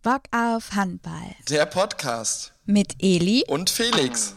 Bock auf Handball. Der Podcast Mit Eli und Felix.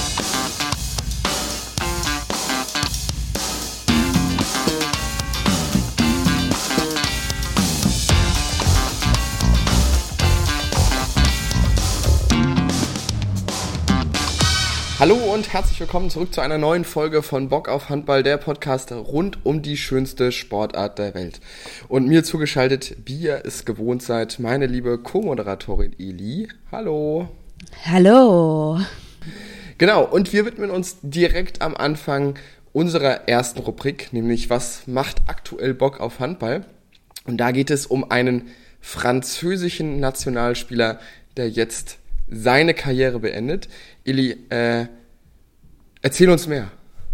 Hallo und herzlich willkommen zurück zu einer neuen Folge von Bock auf Handball, der Podcast rund um die schönste Sportart der Welt. Und mir zugeschaltet, wie ihr es gewohnt seid, meine liebe Co-Moderatorin Eli. Hallo. Hallo. Genau, und wir widmen uns direkt am Anfang unserer ersten Rubrik, nämlich was macht aktuell Bock auf Handball? Und da geht es um einen französischen Nationalspieler, der jetzt seine Karriere beendet. Eli, erzähl uns mehr.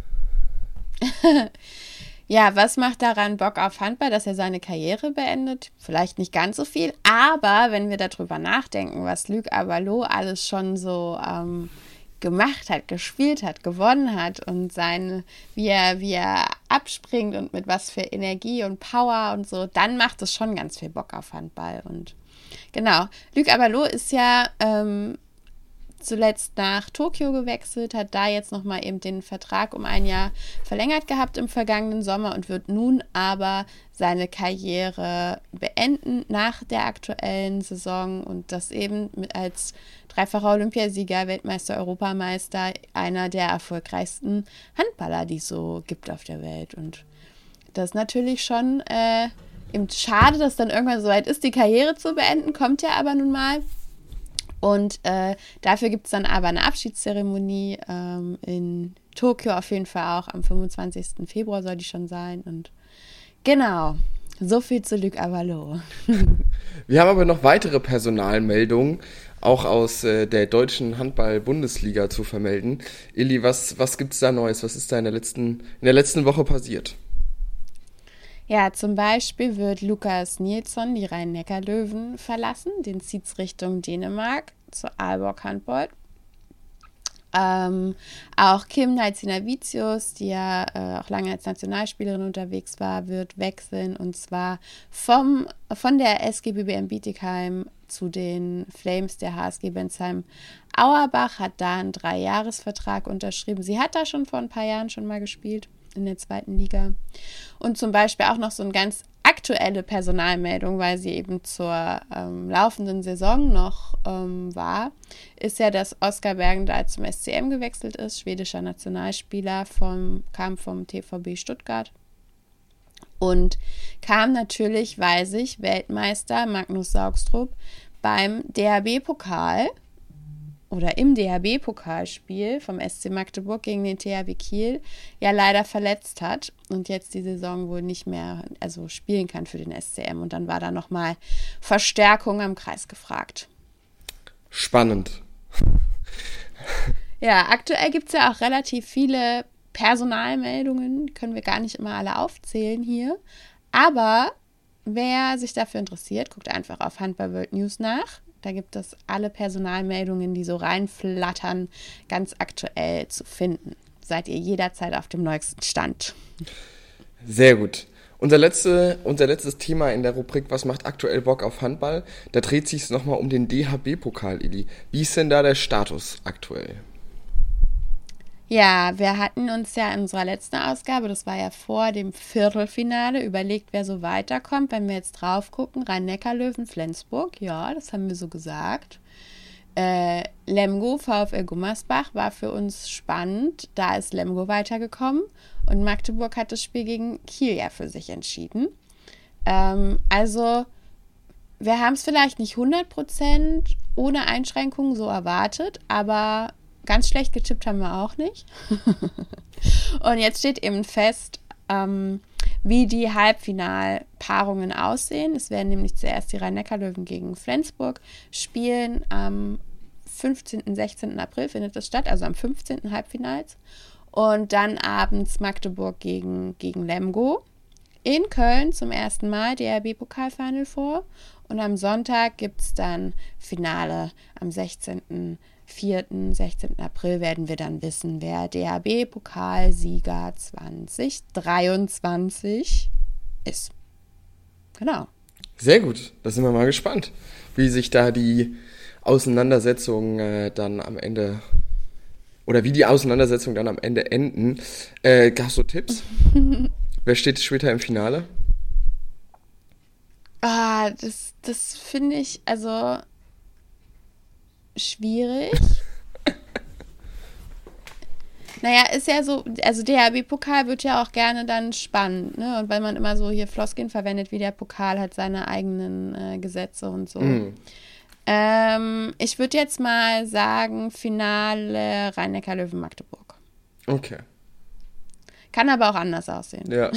Ja, was macht daran Bock auf Handball, dass er seine Karriere beendet? Vielleicht nicht ganz so viel, aber wenn wir darüber nachdenken, was Luc Abalo alles schon so gemacht hat, gespielt hat, gewonnen hat und wie er abspringt und mit was für Energie und Power und so, dann macht es schon ganz viel Bock auf Handball. Und genau, Luc Abalo ist ja zuletzt nach Tokio gewechselt, hat da jetzt nochmal eben den Vertrag um ein Jahr verlängert gehabt im vergangenen Sommer und wird nun aber seine Karriere beenden nach der aktuellen Saison und das eben als dreifacher Olympiasieger, Weltmeister, Europameister, einer der erfolgreichsten Handballer, die es so gibt auf der Welt. Und das ist natürlich schon eben schade, dass dann irgendwann so weit ist, die Karriere zu beenden, kommt ja aber nun mal. Und dafür gibt es dann aber eine Abschiedszeremonie in Tokio, auf jeden Fall auch am 25. Februar soll die schon sein. Und genau, so viel zu Luc Abalo. Wir haben aber noch weitere Personalmeldungen, auch aus der deutschen Handball-Bundesliga zu vermelden. Eli, was gibt's da Neues? Was ist da in der letzten Woche passiert? Ja, zum Beispiel wird Lukas Nilsson die Rhein-Neckar-Löwen verlassen. Den zieht es Richtung Dänemark zu Aalborg Handball. Auch Kim Naitzina-Vicius, die ja auch lange als Nationalspielerin unterwegs war, wird wechseln und zwar von der SG BBM Bietigheim zu den Flames der HSG Bensheim Auerbach, hat da einen 3-Jahres-Vertrag unterschrieben. Sie hat da schon vor ein paar Jahren schon mal gespielt in der 2. Liga. Und zum Beispiel auch noch so eine ganz aktuelle Personalmeldung, weil sie eben zur laufenden Saison noch war, ist ja, dass Oskar Bergendahl zum SCM gewechselt ist, schwedischer Nationalspieler, kam vom TVB Stuttgart und kam natürlich, weil sich Weltmeister Magnus Saugstrup beim DHB-Pokal oder im DHB-Pokalspiel vom SC Magdeburg gegen den THW Kiel ja leider verletzt hat und jetzt die Saison wohl nicht mehr spielen kann für den SCM. Und dann war da nochmal Verstärkung am Kreis gefragt. Spannend. Ja, aktuell gibt es ja auch relativ viele Personalmeldungen, können wir gar nicht immer alle aufzählen hier. Aber wer sich dafür interessiert, guckt einfach auf Handball World News nach. Da gibt es alle Personalmeldungen, die so reinflattern, ganz aktuell zu finden. Seid ihr jederzeit auf dem neuesten Stand. Sehr gut. Unser letztes Thema in der Rubrik Was macht aktuell Bock auf Handball? Da dreht sich es nochmal um den DHB-Pokal, Eli. Wie ist denn da der Status aktuell? Ja, wir hatten uns ja in unserer letzten Ausgabe, das war ja vor dem Viertelfinale, überlegt, wer so weiterkommt. Wenn wir jetzt drauf gucken, Rhein-Neckar-Löwen, Flensburg, ja, das haben wir so gesagt. Lemgo, VfL Gummersbach war für uns spannend, da ist Lemgo weitergekommen und Magdeburg hat das Spiel gegen Kiel ja für sich entschieden. Also wir haben es vielleicht nicht 100% ohne Einschränkungen so erwartet, aber ganz schlecht getippt haben wir auch nicht. Und jetzt steht eben fest, wie die Halbfinalpaarungen aussehen. Es werden nämlich zuerst die Rhein-Neckar-Löwen gegen Flensburg spielen. Am 15. 16. April findet das statt, also am 15. Halbfinals. Und dann abends Magdeburg gegen Lemgo. In Köln zum ersten Mal DHB-Pokalfinal vor. Und am Sonntag gibt es dann Finale am 16. 16. April werden wir dann wissen, wer DHB-Pokalsieger 2023 ist. Genau. Sehr gut, da sind wir mal gespannt, wie sich da die Auseinandersetzung dann am Ende, oder wie die Auseinandersetzung dann am Ende enden. Hast du Tipps? Wer steht später im Finale? Das finde ich also schwierig. Naja, ist ja so, also DHB-Pokal wird ja auch gerne dann spannend, ne? Und weil man immer so hier Floskeln verwendet, wie der Pokal hat seine eigenen Gesetze und so. Ich würde jetzt mal sagen, Finale Rhein-Neckar-Löwen-Magdeburg. Okay. Kann aber auch anders aussehen. Ja.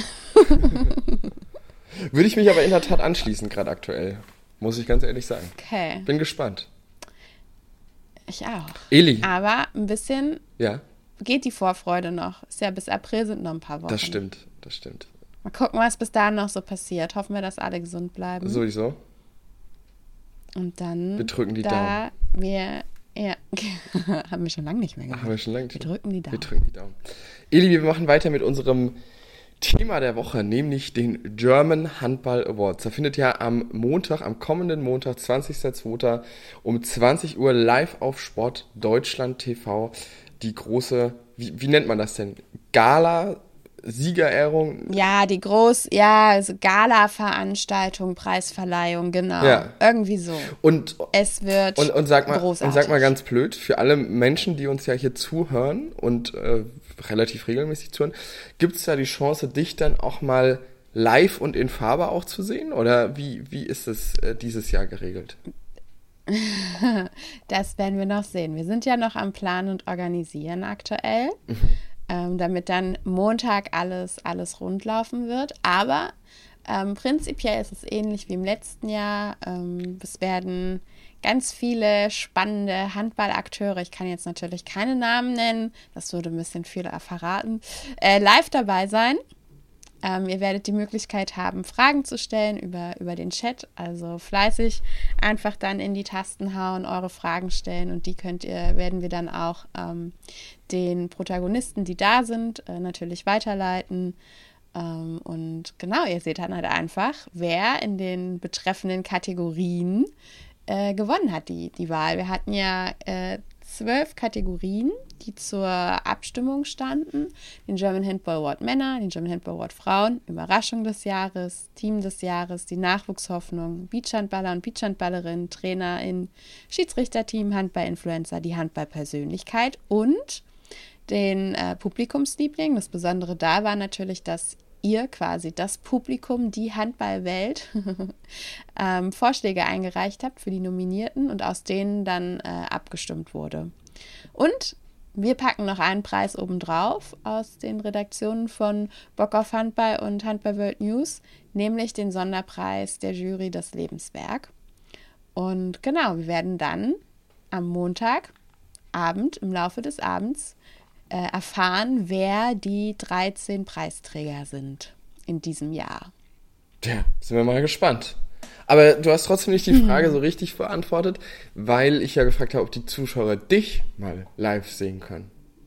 Würde ich mich aber in der Tat anschließen, gerade aktuell. Muss ich ganz ehrlich sagen. Okay. Bin gespannt. Ich auch. Eli. Aber ein bisschen Ja, geht die Vorfreude noch. Ist ja bis April sind noch ein paar Wochen. das stimmt. Mal gucken, was bis dahin noch so passiert. Hoffen wir, dass alle gesund bleiben. Sowieso. Und dann Wir drücken die da wir ja, haben wir schon lange nicht mehr gemacht. Haben wir schon lange Wir drücken die Daumen. Wir drücken die Daumen. Eli, wir machen weiter mit unserem Thema der Woche, nämlich den German Handball Awards. Da findet ja am kommenden Montag, 20.02. um 20 Uhr live auf Sport Deutschland TV die große, wie nennt man das denn? Gala, Siegerehrung? Ja, also Gala-Veranstaltung, Preisverleihung, genau. Ja. Irgendwie so. Und Es wird Und sag großartig. mal ganz blöd, für alle Menschen, die uns ja hier zuhören und relativ regelmäßig zuhören, gibt es da die Chance, dich dann auch mal live und in Farbe auch zu sehen? Oder wie ist es dieses Jahr geregelt? Das werden wir noch sehen. Wir sind ja noch am Planen und Organisieren aktuell, damit dann Montag alles rundlaufen wird. Aber prinzipiell ist es ähnlich wie im letzten Jahr. Es werden ganz viele spannende Handballakteure, ich kann jetzt natürlich keine Namen nennen, das würde ein bisschen viel verraten, live dabei sein. Ihr werdet die Möglichkeit haben, Fragen zu stellen über den Chat. Also fleißig einfach dann in die Tasten hauen, eure Fragen stellen und die werden wir dann auch den Protagonisten, die da sind, natürlich weiterleiten. Und genau, ihr seht dann halt einfach, wer in den betreffenden Kategorien gewonnen hat, die Wahl. Wir hatten ja 12 Kategorien, die zur Abstimmung standen. Den German Handball Award Männer, den German Handball Award Frauen, Überraschung des Jahres, Team des Jahres, die Nachwuchshoffnung, Beachhandballer und Beachhandballerin, Trainerin, Schiedsrichterteam, Handball-Influencer, die Handballpersönlichkeit und den Publikumsliebling. Das Besondere da war natürlich, dass ihr quasi, das Publikum, die Handballwelt, Vorschläge eingereicht habt für die Nominierten und aus denen dann abgestimmt wurde. Und wir packen noch einen Preis obendrauf aus den Redaktionen von Bock auf Handball und Handball World News, nämlich den Sonderpreis der Jury Das Lebenswerk. Und genau, wir werden dann am Montagabend, im Laufe des Abends, erfahren, wer die 13 Preisträger sind in diesem Jahr. Ja, sind wir mal gespannt. Aber du hast trotzdem nicht die Frage so richtig beantwortet, weil ich ja gefragt habe, ob die Zuschauer dich mal live sehen können.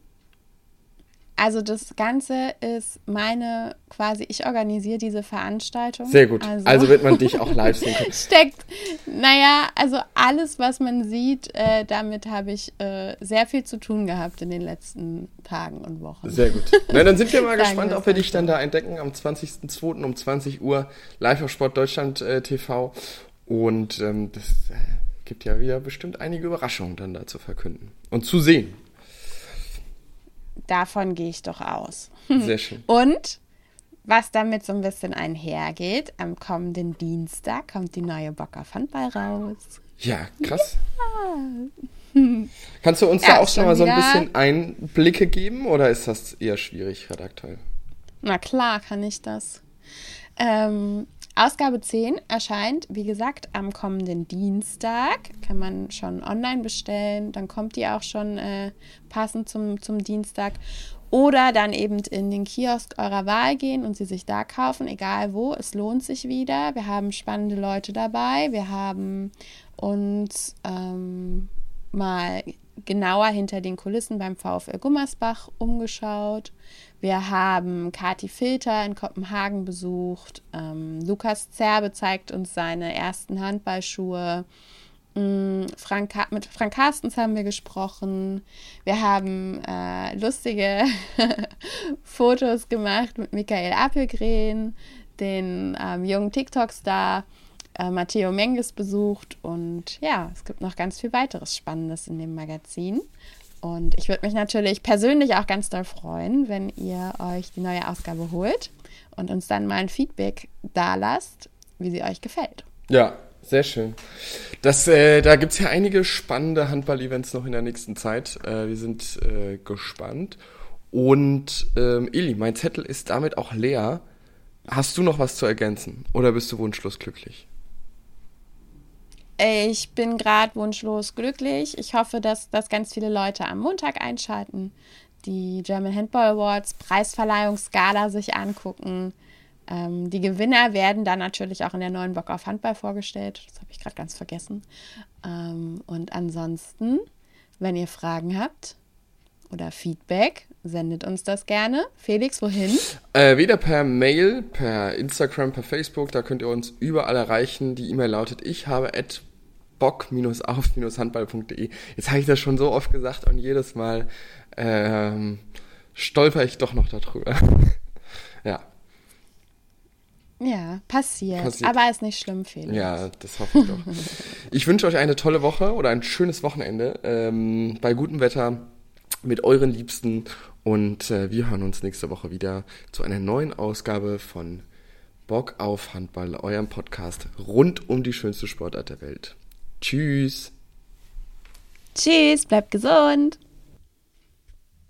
Also das Ganze ist ich organisiere diese Veranstaltung. Sehr gut. Also wird man dich auch live sehen können. Also alles, was man sieht, damit habe ich sehr viel zu tun gehabt in den letzten Tagen und Wochen. Sehr gut. Na, dann sind wir mal gespannt, ob wir dich dann da entdecken am 20.02. um 20 Uhr live auf Sport Deutschland TV. Und das gibt ja wieder bestimmt einige Überraschungen dann da zu verkünden und zu sehen. Davon gehe ich doch aus. Sehr schön. Und was damit so ein bisschen einhergeht, am kommenden Dienstag kommt die neue Bock auf Handball raus. Ja, krass. Ja. Kannst du uns da auch schon mal so ein bisschen Einblicke geben oder ist das eher schwierig, Redakteur? Na klar kann ich das. Ausgabe 10 erscheint, wie gesagt, am kommenden Dienstag. Kann man schon online bestellen. Dann kommt die auch schon passend zum Dienstag. Oder dann eben in den Kiosk eurer Wahl gehen und sie sich da kaufen, egal wo. Es lohnt sich wieder. Wir haben spannende Leute dabei. Wir haben uns mal genauer hinter den Kulissen beim VfL Gummersbach umgeschaut. Wir haben Kati Filter in Kopenhagen besucht. Lukas Zerbe zeigt uns seine ersten Handballschuhe. Mit Frank Carstens haben wir gesprochen. Wir haben lustige Fotos gemacht mit Michael Appelgren, den jungen TikTok-Star. Matteo Menges besucht und ja, es gibt noch ganz viel weiteres Spannendes in dem Magazin. Und ich würde mich natürlich persönlich auch ganz doll freuen, wenn ihr euch die neue Ausgabe holt und uns dann mal ein Feedback dalasst, wie sie euch gefällt. Ja, sehr schön. Da gibt es ja einige spannende Handball-Events noch in der nächsten Zeit. Wir sind gespannt. Und Eli, mein Zettel ist damit auch leer. Hast du noch was zu ergänzen oder bist du wunschlos glücklich? Ich bin gerade wunschlos glücklich. Ich hoffe, dass ganz viele Leute am Montag einschalten, die German Handball Awards Preisverleihungsgala sich angucken. Die Gewinner werden dann natürlich auch in der neuen Bock auf Handball vorgestellt. Das habe ich gerade ganz vergessen. Und ansonsten, wenn ihr Fragen habt oder Feedback, sendet uns das gerne. Felix, wohin? Wieder per Mail, per Instagram, per Facebook. Da könnt ihr uns überall erreichen. Die E-Mail lautet: ich habe bock-auf-handball.de. Jetzt habe ich das schon so oft gesagt und jedes Mal stolper ich doch noch darüber. Ja. Ja, passiert. Aber ist nicht schlimm, Felix. Ja, das hoffe ich doch. Ich wünsche euch eine tolle Woche oder ein schönes Wochenende bei gutem Wetter mit euren Liebsten und wir hören uns nächste Woche wieder zu einer neuen Ausgabe von Bock auf Handball, eurem Podcast rund um die schönste Sportart der Welt. Tschüss. Tschüss, bleibt gesund.